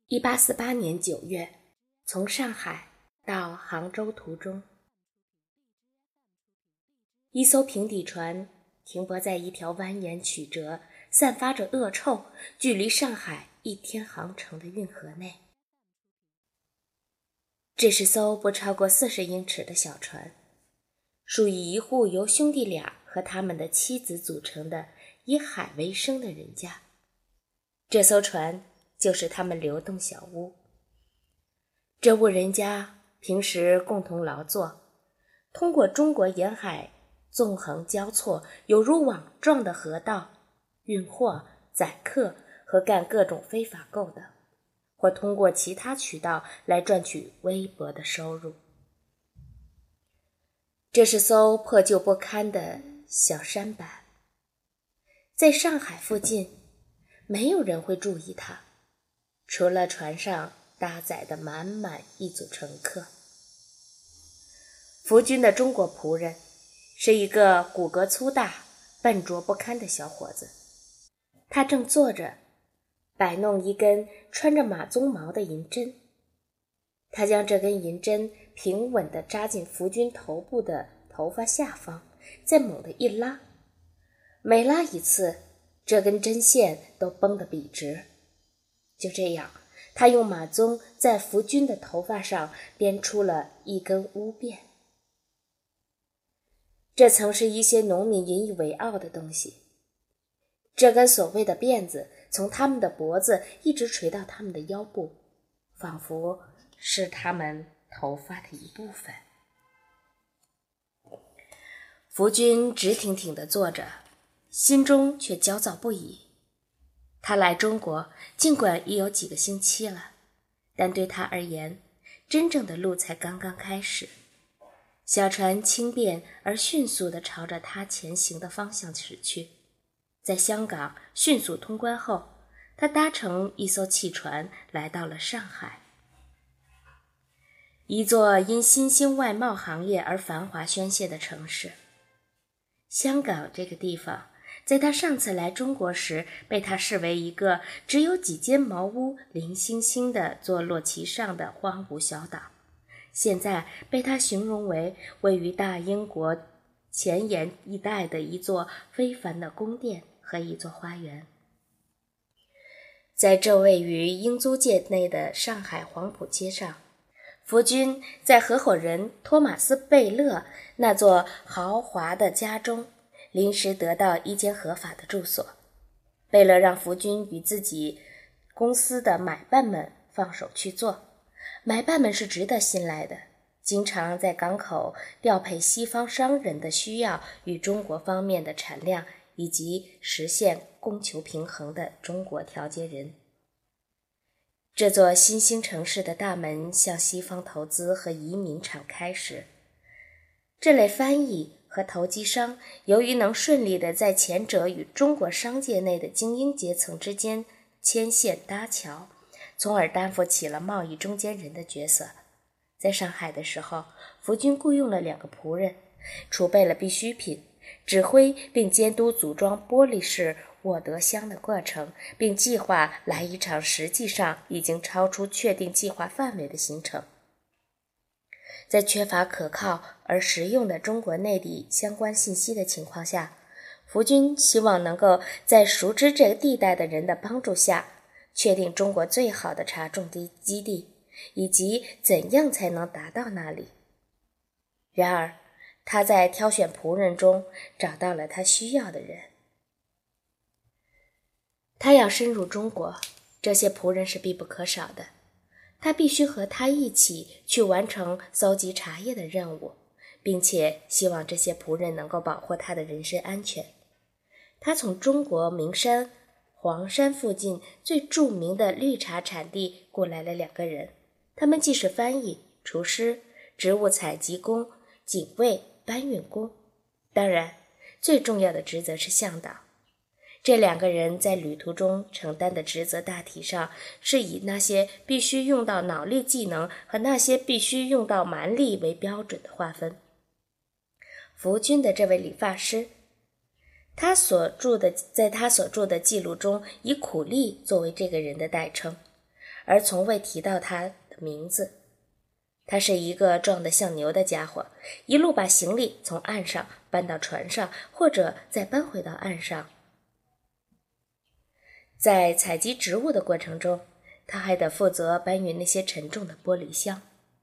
1848年9月，从上海到杭州途中，一艘平底船停泊在一条蜿蜒曲折、散发着恶臭、距离上海1天航程的运河内。这是艘不超过40英尺的小船，属于一户由兄弟俩和他们的妻子组成的以海为生的人家。这艘船就是他们流动小屋。这户人家平时共同劳作，通过中国沿海纵横交错、有如网状的河道运货、载客和干各种非法勾当，或通过其他渠道来赚取微薄的收入。这是艘破旧不堪的小舢板，在上海附近没有人会注意它，除了船上搭载的满满一组乘客。福军的中国仆人是一个骨骼粗大、笨拙不堪的小伙子，他正坐着摆弄一根穿着马鬃毛的银针。他将这根银针平稳地扎进福军头部的头发下方，再猛地一拉，每拉一次，这根针线都绷得笔直。就这样，他用马鬃在福军的头发上编出了一根乌辫。这曾是一些农民引以为傲的东西。这根所谓的辫子从他们的脖子一直垂到他们的腰部，仿佛是他们头发的一部分。福军直挺挺地坐着，心中却焦躁不已。他来中国尽管已有几个星期了，但对他而言，真正的路才刚刚开始。小船轻便而迅速地朝着他前行的方向驶去。在香港迅速通关后，他搭乘一艘汽船来到了上海，一座因新兴外贸行业而繁华喧嚣的城市。香港这个地方在他上次来中国时被他视为一个只有几间茅屋零星星地坐落其上的荒芜小岛，现在被他形容为位于大英国前沿一带的一座非凡的宫殿和一座花园。在这位于英租界内的上海黄埔街上，福军在合伙人托马斯·贝勒那座豪华的家中临时得到一间合法的住所。贝勒让福军与自己公司的买办们放手去做，买办们是值得信赖的，经常在港口调配西方商人的需要与中国方面的产量，以及实现供求平衡的中国调节人。这座新兴城市的大门向西方投资和移民敞开时，这类翻译和投机商由于能顺利地在前者与中国商界内的精英阶层之间牵线搭桥，从而担负起了贸易中间人的角色。在上海的时候，福军雇用了2个仆人，储备了必需品，指挥并监督组装玻璃式沃德箱的过程，并计划来一场实际上已经超出确定计划范围的行程。在缺乏可靠而实用的中国内地相关信息的情况下，福军希望能够在熟知这个地带的人的帮助下，确定中国最好的茶种基地，以及怎样才能达到那里。然而，他在挑选仆人中找到了他需要的人。他要深入中国，这些仆人是必不可少的。他必须和他一起去完成搜集茶叶的任务，并且希望这些仆人能够保护他的人身安全。他从中国名山黄山附近最著名的绿茶产地雇来了2个人，他们既是翻译、厨师、植物采集工、警卫、搬运工，当然最重要的职责是向导。这2个人在旅途中承担的职责大体上是以那些必须用到脑力技能和那些必须用到蛮力为标准的划分。福军的这位理发师，在他所著的记录中以苦力作为这个人的代称， 而从未提到他的名字。他是一个壮得像牛的家伙，一路把行李从岸上搬到船上，或者再搬回到岸上。在采集植物的过程中，他还得负责搬运那些沉重的玻璃箱。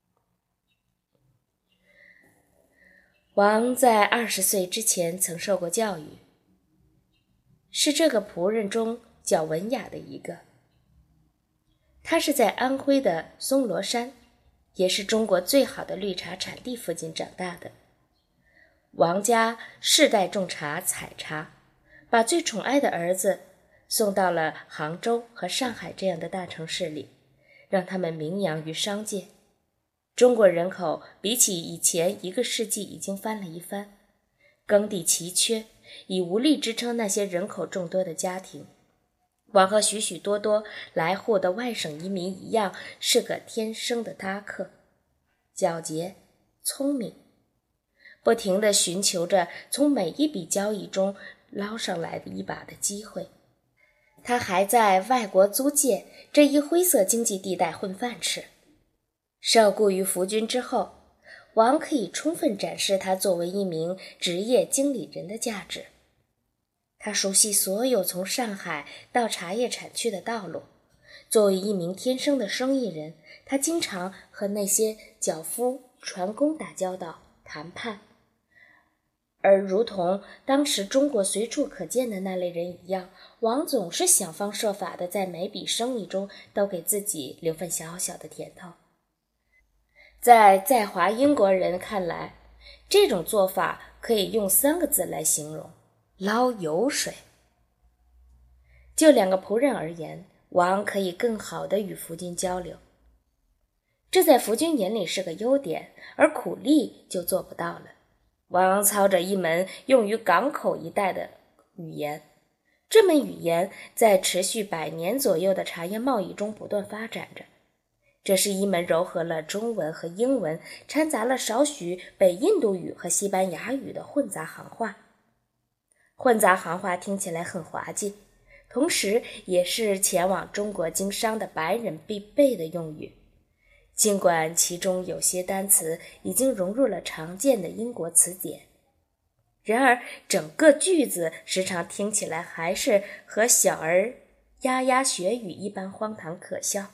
王在20岁之前曾受过教育，是这个仆人中较文雅的一个。他是在安徽的松罗山，也是中国最好的绿茶产地附近长大的。王家世代种茶采茶，把最宠爱的儿子送到了杭州和上海这样的大城市里，让他们名扬于商界。中国人口比起以前1个世纪已经翻了一番，耕地奇缺，已无力支撑那些人口众多的家庭。王和许许多多来沪的外省移民一样，是个天生的搭客，皎洁聪明，不停地寻求着从每一笔交易中捞上来的一把的机会。他还在外国租界这一灰色经济地带混饭吃。受雇于福军之后，王可以充分展示他作为一名职业经理人的价值。他熟悉所有从上海到茶叶产区的道路。作为一名天生的生意人，他经常和那些脚夫、船工打交道、谈判。而如同当时中国随处可见的那类人一样，王总是想方设法的在每笔生意中都给自己留份小小的甜头。在华英国人看来，这种做法可以用3个字来形容：捞油水。就2个仆人而言，王可以更好地与福军交流，这在福军眼里是个优点，而苦力就做不到了。王操着一门用于港口一带的语言，这门语言在持续100年左右的茶叶贸易中不断发展着。这是一门糅合了中文和英文，掺杂了少许北印度语和西班牙语的混杂行话。混杂行话听起来很滑稽，同时也是前往中国经商的白人必备的用语。尽管其中有些单词已经融入了常见的英国词典，然而整个句子时常听起来还是和小儿牙牙学语一般荒唐可笑。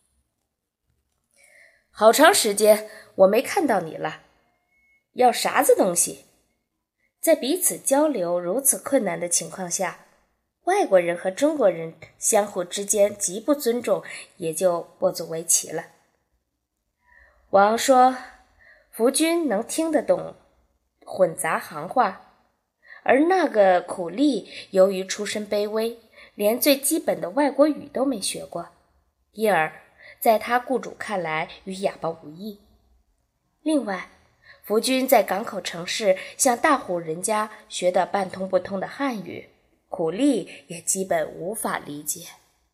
好长时间我没看到你了，要啥子东西？在彼此交流如此困难的情况下，外国人和中国人相互之间极不尊重也就不足为奇了。王说，福军能听得懂混杂行话，而那个苦力由于出身卑微，连最基本的外国语都没学过，因而在他雇主看来与哑巴无异。另外，福军在港口城市向大户人家学得半通不通的汉语，苦力也基本无法理解。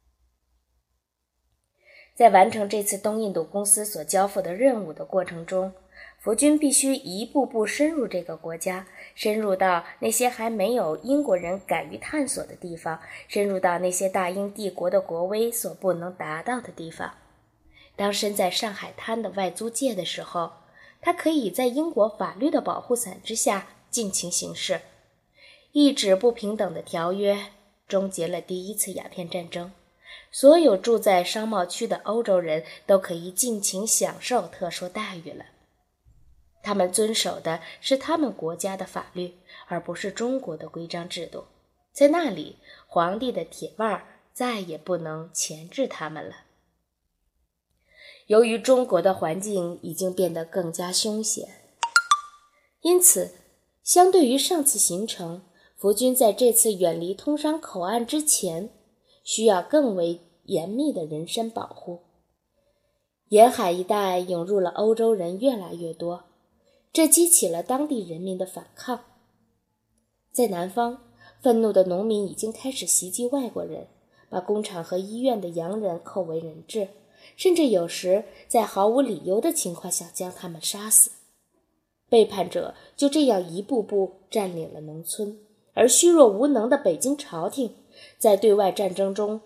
在完成这次东印度公司所交付的任务的过程中，福军必须一步步深入这个国家，深入到那些还没有英国人敢于探索的地方，深入到那些大英帝国的国威所不能达到的地方。当身在上海滩的外租界的时候，他可以在英国法律的保护伞之下尽情行事。一纸不平等的条约终结了第1次鸦片战争，所有住在商贸区的欧洲人都可以尽情享受特殊待遇了。他们遵守的是他们国家的法律，而不是中国的规章制度。在那里，皇帝的铁腕再也不能钳制他们了。由于中国的环境已经变得更加凶险，因此相对于上次行程，福军在这次远离通商口岸之前，需要更为严密的人身保护。沿海一带涌入了欧洲人越来越多，这激起了当地人民的反抗。在南方，愤怒的农民已经开始袭击外国人，把工厂和医院的洋人扣为人质，甚至有时在毫无理由的情况下将他们杀死。背叛者就这样一步步占领了农村，而虚弱无能的北京朝廷在对外战争中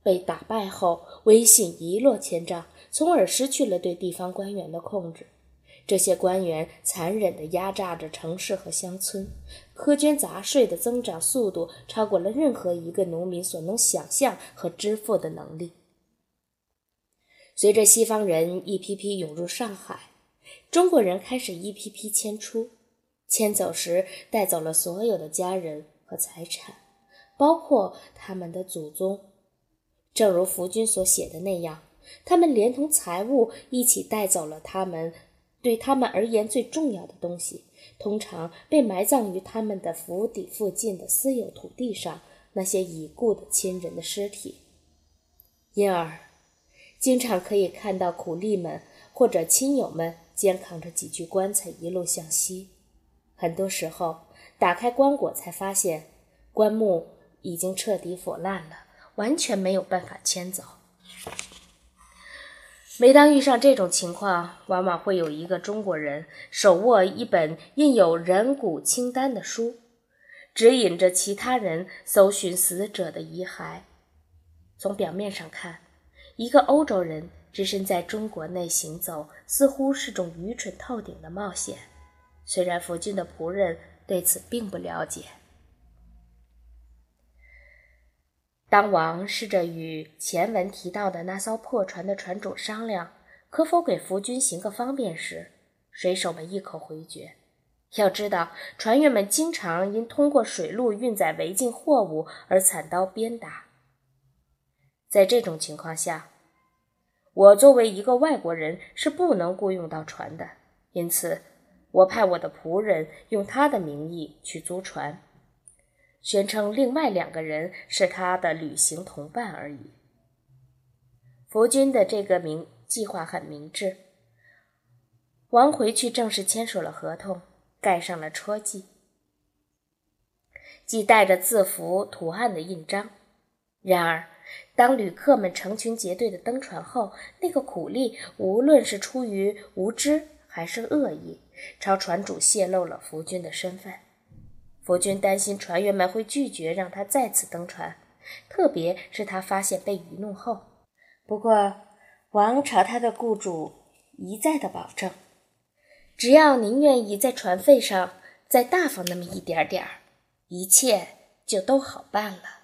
被打败后，威信一落千丈，从而失去了对地方官员的控制。这些官员残忍地压榨着城市和乡村，苛捐杂税的增长速度超过了任何一个农民所能想象和支付的能力。随着西方人一批批涌入上海，中国人开始一批批迁出，迁走时带走了所有的家人和财产，包括他们的祖宗。正如福钧所写的那样，他们连同财物一起带走了对他们而言最重要的东西，通常被埋葬于他们的府邸附近的私有土地上，那些已故的亲人的尸体。因而经常可以看到苦力们或者亲友们肩扛着几具棺材一路向西，很多时候打开棺椁才发现棺木已经彻底腐烂了，完全没有办法迁走。每当遇上这种情况，往往会有一个中国人手握一本印有人骨清单的书，指引着其他人搜寻死者的遗骸。从表面上看，一个欧洲人只身在中国内行走，似乎是种愚蠢透顶的冒险，虽然福钧的仆人对此并不了解。当王试着与前文提到的那艘破船的船主商量可否给福钧行个方便时，水手们一口回绝。要知道，船员们经常因通过水路运载违禁货物而惨遭鞭打。在这种情况下，我作为一个外国人是不能雇用到船的，因此我派我的仆人用他的名义去租船，宣称另外2个人是他的旅行同伴而已。福钧的这个计划很明智。王回去正式签署了合同，盖上了戳记，即带着字符图案的印章。然而当旅客们成群结队地登船后，那个苦力无论是出于无知还是恶意，朝船主泄露了福钧的身份。福钧担心船员们会拒绝让他再次登船，特别是他发现被愚弄后。不过王朝他的雇主一再的保证，只要您愿意在船费上再大方那么一点点，一切就都好办了。